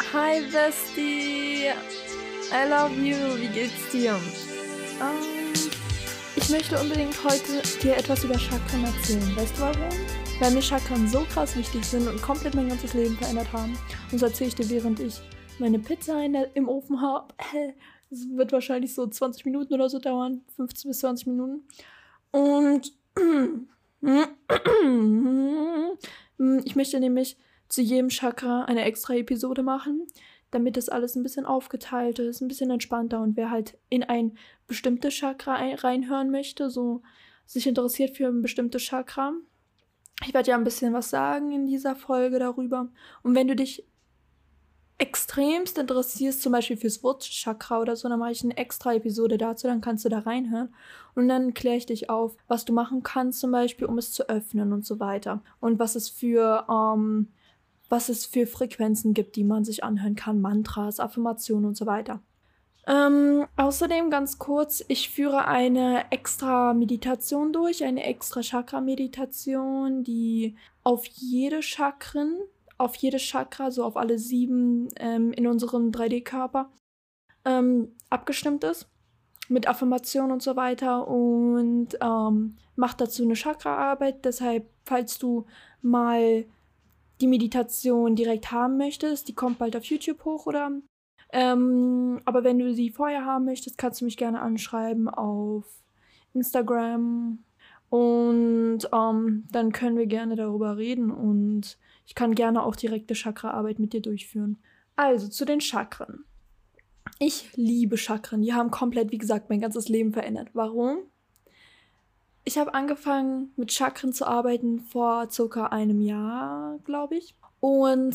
Hi Bestie, I love you, wie geht's dir? Ich möchte unbedingt heute dir etwas über Chakren erzählen. Weißt du warum? Weil mir Chakren so krass wichtig sind und komplett mein ganzes Leben verändert haben. Und das erzähle ich dir, während ich meine Pizza im Ofen habe. Es wird wahrscheinlich so 20 Minuten oder so dauern, 15 bis 20 Minuten. Und ich möchte nämlich zu jedem Chakra eine extra Episode machen, damit das alles ein bisschen aufgeteilt ist, ein bisschen entspannter. Und wer halt in ein bestimmtes Chakra reinhören möchte, so sich interessiert für ein bestimmtes Chakra, ich werde ja ein bisschen was sagen in dieser Folge darüber. Und wenn du dich extremst interessierst, zum Beispiel fürs Wurzelchakra oder so, dann mache ich eine extra Episode dazu, dann kannst du da reinhören. Und dann kläre ich dich auf, was du machen kannst zum Beispiel, um es zu öffnen und so weiter. Und was es für Frequenzen gibt, die man sich anhören kann, Mantras, Affirmationen und so weiter. Außerdem ganz kurz, ich führe eine extra Meditation durch, eine extra Chakra-Meditation, die auf jedes Chakra, so auf alle 7 in unserem 3D-Körper abgestimmt ist, mit Affirmationen und so weiter und macht dazu eine Chakra-Arbeit. Deshalb, falls du mal die Meditation direkt haben möchtest, die kommt bald auf YouTube hoch, oder? Aber wenn du sie vorher haben möchtest, kannst du mich gerne anschreiben auf Instagram und dann können wir gerne darüber reden und ich kann gerne auch direkte Chakra-Arbeit mit dir durchführen. Also zu den Chakren. Ich liebe Chakren. Die haben komplett, wie gesagt, mein ganzes Leben verändert. Warum? Ich habe angefangen mit Chakren zu arbeiten vor circa einem Jahr, glaube ich. Und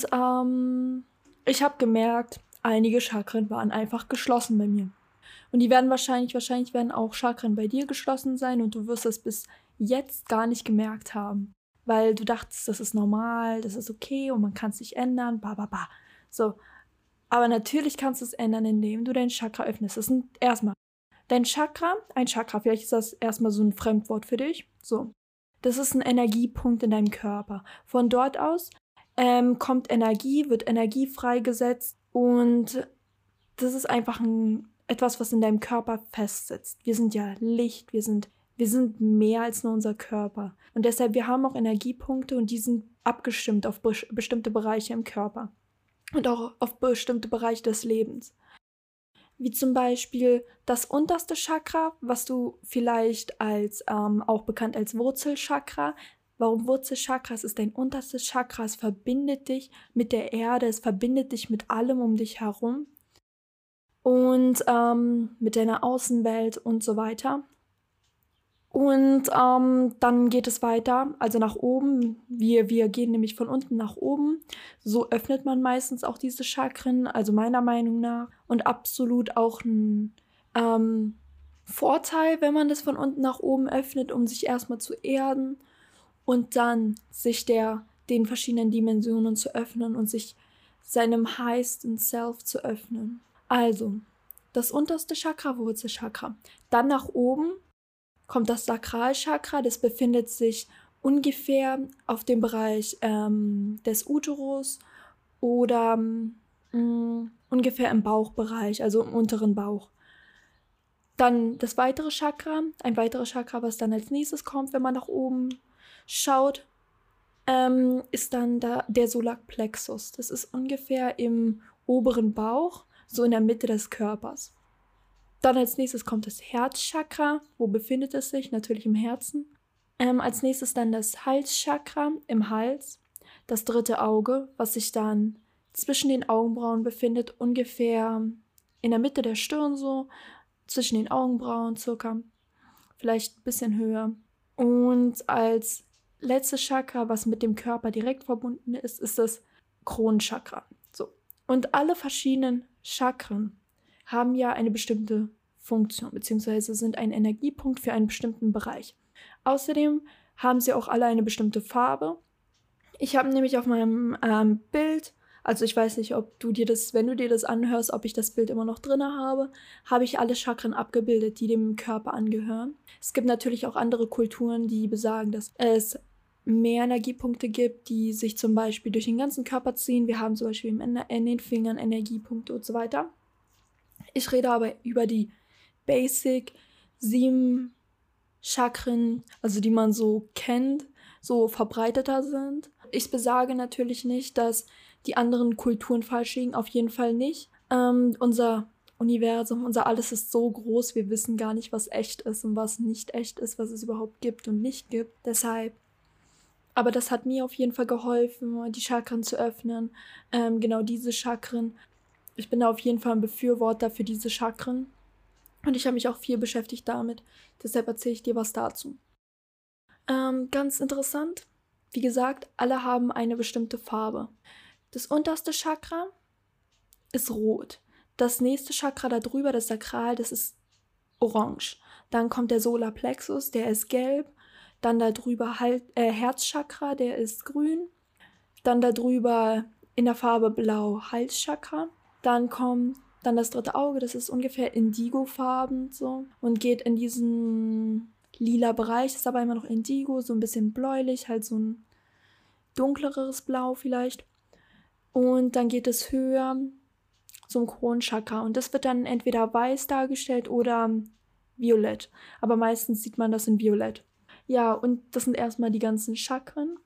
ich habe gemerkt, einige Chakren waren einfach geschlossen bei mir. Und die werden wahrscheinlich werden auch Chakren bei dir geschlossen sein und du wirst es bis jetzt gar nicht gemerkt haben. Weil du dachtest, das ist normal, das ist okay und man kann es nicht ändern, So. Aber natürlich kannst du es ändern, indem du dein Chakra öffnest. Das sind erstmal ein Chakra, vielleicht ist das erstmal so ein Fremdwort für dich. So. Das ist ein Energiepunkt in deinem Körper. Von dort aus kommt Energie, wird Energie freigesetzt und das ist einfach etwas, was in deinem Körper festsitzt. Wir sind ja Licht, wir sind mehr als nur unser Körper. Und deshalb, wir haben auch Energiepunkte und die sind abgestimmt auf bestimmte Bereiche im Körper. Und auch auf bestimmte Bereiche des Lebens. Wie zum Beispiel das unterste Chakra, was du vielleicht auch bekannt als Wurzelchakra. Warum Wurzelchakra? Es ist dein unterstes Chakra. Es verbindet dich mit der Erde. Es verbindet dich mit allem um dich herum. Und mit deiner Außenwelt und so weiter. Und dann geht es weiter, also nach oben. Wir gehen nämlich von unten nach oben. So öffnet man meistens auch diese Chakren, also meiner Meinung nach. Und absolut auch ein Vorteil, wenn man das von unten nach oben öffnet, um sich erstmal zu erden und dann sich den verschiedenen Dimensionen zu öffnen und sich seinem Highest Self zu öffnen. Also, das unterste Chakra, Wurzelchakra. Dann nach oben kommt das Sakralchakra, das befindet sich ungefähr auf dem Bereich des Uterus oder ungefähr im Bauchbereich, also im unteren Bauch. Dann ein weiteres Chakra, was dann als nächstes kommt, wenn man nach oben schaut, ist dann der Solarplexus. Das ist ungefähr im oberen Bauch, so in der Mitte des Körpers. Dann als nächstes kommt das Herzchakra. Wo befindet es sich? Natürlich im Herzen. Als nächstes dann das Halschakra im Hals. Das 3. Auge, was sich dann zwischen den Augenbrauen befindet, ungefähr in der Mitte der Stirn so, zwischen den Augenbrauen circa, vielleicht ein bisschen höher. Und als letztes Chakra, was mit dem Körper direkt verbunden ist, ist das Kronenchakra. So. Und alle verschiedenen Chakren haben ja eine bestimmte Funktion, beziehungsweise sind ein Energiepunkt für einen bestimmten Bereich. Außerdem haben sie auch alle eine bestimmte Farbe. Ich habe nämlich auf meinem Bild, also ich weiß nicht, ob du dir das, wenn du dir das anhörst, ob ich das Bild immer noch drin habe ich alle Chakren abgebildet, die dem Körper angehören. Es gibt natürlich auch andere Kulturen, die besagen, dass es mehr Energiepunkte gibt, die sich zum Beispiel durch den ganzen Körper ziehen. Wir haben zum Beispiel in den Fingern Energiepunkte und so weiter. Ich rede aber über die Basic 7 Chakren, also die man so kennt, so verbreiteter sind. Ich besage natürlich nicht, dass die anderen Kulturen falsch liegen, auf jeden Fall nicht. Unser Universum, unser Alles ist so groß, wir wissen gar nicht, was echt ist und was nicht echt ist, was es überhaupt gibt und nicht gibt. Deshalb, aber das hat mir auf jeden Fall geholfen, die Chakren zu öffnen. Genau diese Chakren. Ich bin da auf jeden Fall ein Befürworter für diese Chakren. Und ich habe mich auch viel beschäftigt damit. Deshalb erzähle ich dir was dazu. Ganz interessant. Wie gesagt, alle haben eine bestimmte Farbe. Das unterste Chakra ist rot. Das nächste Chakra darüber, das Sakral, das ist orange. Dann kommt der Solarplexus, der ist gelb. Dann darüber Herzchakra, der ist grün. Dann darüber in der Farbe blau Halschakra. Dann kommt das dritte Auge, das ist ungefähr Indigo-Farben so und geht in diesen lila Bereich, ist aber immer noch Indigo, so ein bisschen bläulich, halt so ein dunkleres Blau vielleicht. Und dann geht es höher zum Kronchakra und das wird dann entweder weiß dargestellt oder violett. Aber meistens sieht man das in violett. Ja, und das sind erstmal die ganzen Chakren,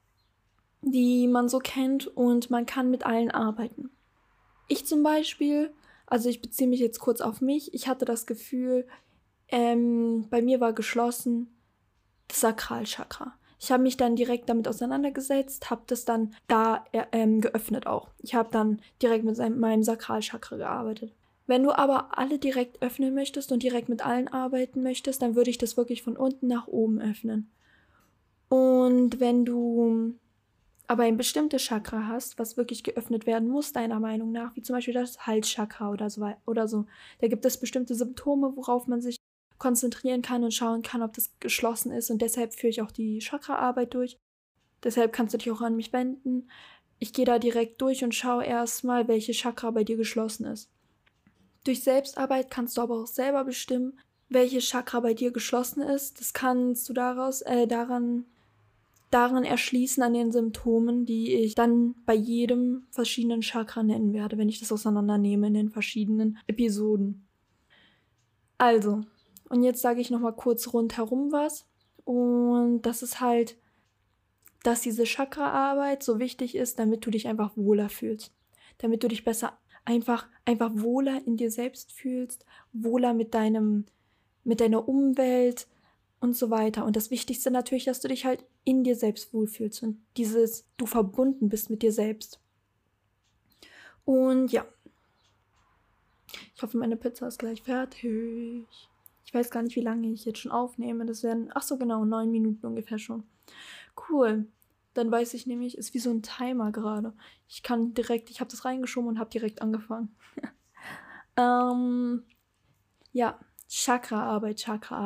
die man so kennt und man kann mit allen arbeiten. Ich zum Beispiel, also ich beziehe mich jetzt kurz auf mich, ich hatte das Gefühl, bei mir war geschlossen das Sakralchakra. Ich habe mich dann direkt damit auseinandergesetzt, habe das dann da geöffnet auch. Ich habe dann direkt mit meinem Sakralchakra gearbeitet. Wenn du aber alle direkt öffnen möchtest und direkt mit allen arbeiten möchtest, dann würde ich das wirklich von unten nach oben öffnen. Und wenn du aber ein bestimmtes Chakra hast, was wirklich geöffnet werden muss, deiner Meinung nach, wie zum Beispiel das Halschakra oder so, da gibt es bestimmte Symptome, worauf man sich konzentrieren kann und schauen kann, ob das geschlossen ist. Und deshalb führe ich auch die Chakraarbeit durch. Deshalb kannst du dich auch an mich wenden. Ich gehe da direkt durch und schaue erstmal, welche Chakra bei dir geschlossen ist. Durch Selbstarbeit kannst du aber auch selber bestimmen, welche Chakra bei dir geschlossen ist. Das kannst du daran erschließen an den Symptomen, die ich dann bei jedem verschiedenen Chakra nennen werde, wenn ich das auseinandernehme in den verschiedenen Episoden. Also, und jetzt sage ich nochmal kurz rundherum was. Und das ist halt, dass diese Chakraarbeit so wichtig ist, damit du dich einfach wohler fühlst. Damit du dich besser einfach wohler in dir selbst fühlst, wohler mit deiner Umwelt und so weiter. Und das Wichtigste natürlich, dass du dich halt in dir selbst wohlfühlst und du verbunden bist mit dir selbst. Und ja. Ich hoffe, meine Pizza ist gleich fertig. Ich weiß gar nicht, wie lange ich jetzt schon aufnehme. Das werden, 9 Minuten ungefähr schon. Cool. Dann weiß ich nämlich, ist wie so ein Timer gerade. Ich habe das reingeschoben und habe direkt angefangen. Ja, Chakraarbeit.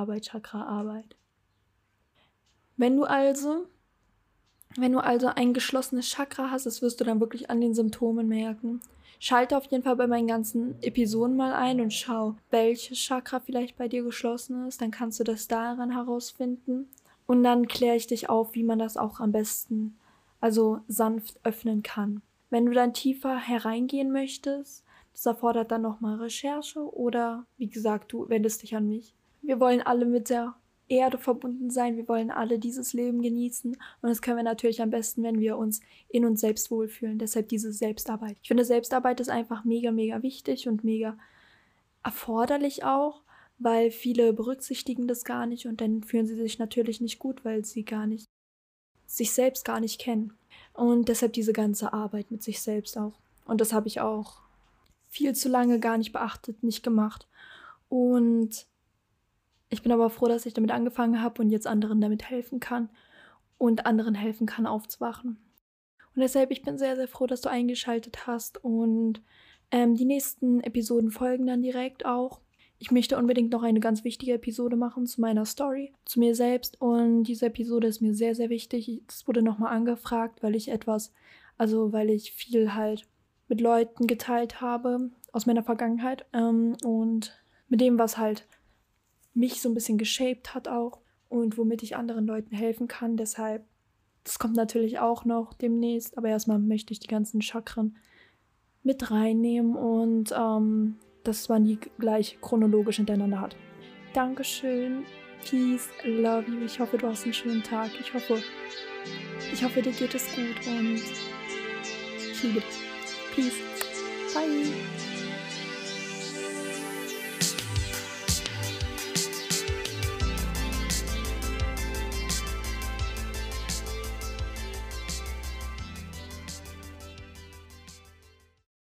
Wenn du also ein geschlossenes Chakra hast, das wirst du dann wirklich an den Symptomen merken. Schalte auf jeden Fall bei meinen ganzen Episoden mal ein und schau, welches Chakra vielleicht bei dir geschlossen ist. Dann kannst du das daran herausfinden. Und dann kläre ich dich auf, wie man das auch am besten, also sanft öffnen kann. Wenn du dann tiefer hereingehen möchtest, das erfordert dann nochmal Recherche oder, wie gesagt, du wendest dich an mich. Wir wollen alle mit der Erde verbunden sein, wir wollen alle dieses Leben genießen und das können wir natürlich am besten, wenn wir uns in uns selbst wohlfühlen. Deshalb diese Selbstarbeit. Ich finde, Selbstarbeit ist einfach mega, mega wichtig und mega erforderlich auch, weil viele berücksichtigen das gar nicht und dann fühlen sie sich natürlich nicht gut, weil sie sich selbst gar nicht kennen. Und deshalb diese ganze Arbeit mit sich selbst auch. Und das habe ich auch viel zu lange gar nicht beachtet, nicht gemacht. Und ich bin aber froh, dass ich damit angefangen habe und jetzt anderen damit helfen kann und anderen helfen kann, aufzuwachen. Und deshalb, ich bin sehr, sehr froh, dass du eingeschaltet hast und die nächsten Episoden folgen dann direkt auch. Ich möchte unbedingt noch eine ganz wichtige Episode machen zu meiner Story, zu mir selbst und diese Episode ist mir sehr, sehr wichtig. Es wurde nochmal angefragt, weil ich viel halt mit Leuten geteilt habe aus meiner Vergangenheit und mit dem, was halt mich so ein bisschen geshaped hat auch und womit ich anderen Leuten helfen kann. Deshalb Das kommt natürlich auch noch demnächst, aber erstmal möchte ich die ganzen Chakren mit reinnehmen und dass man die gleich chronologisch hintereinander hat. Dankeschön. Peace, love you. Ich hoffe, du hast einen schönen Tag. Ich hoffe, dir geht es gut und ich liebe dich. Peace. Bye.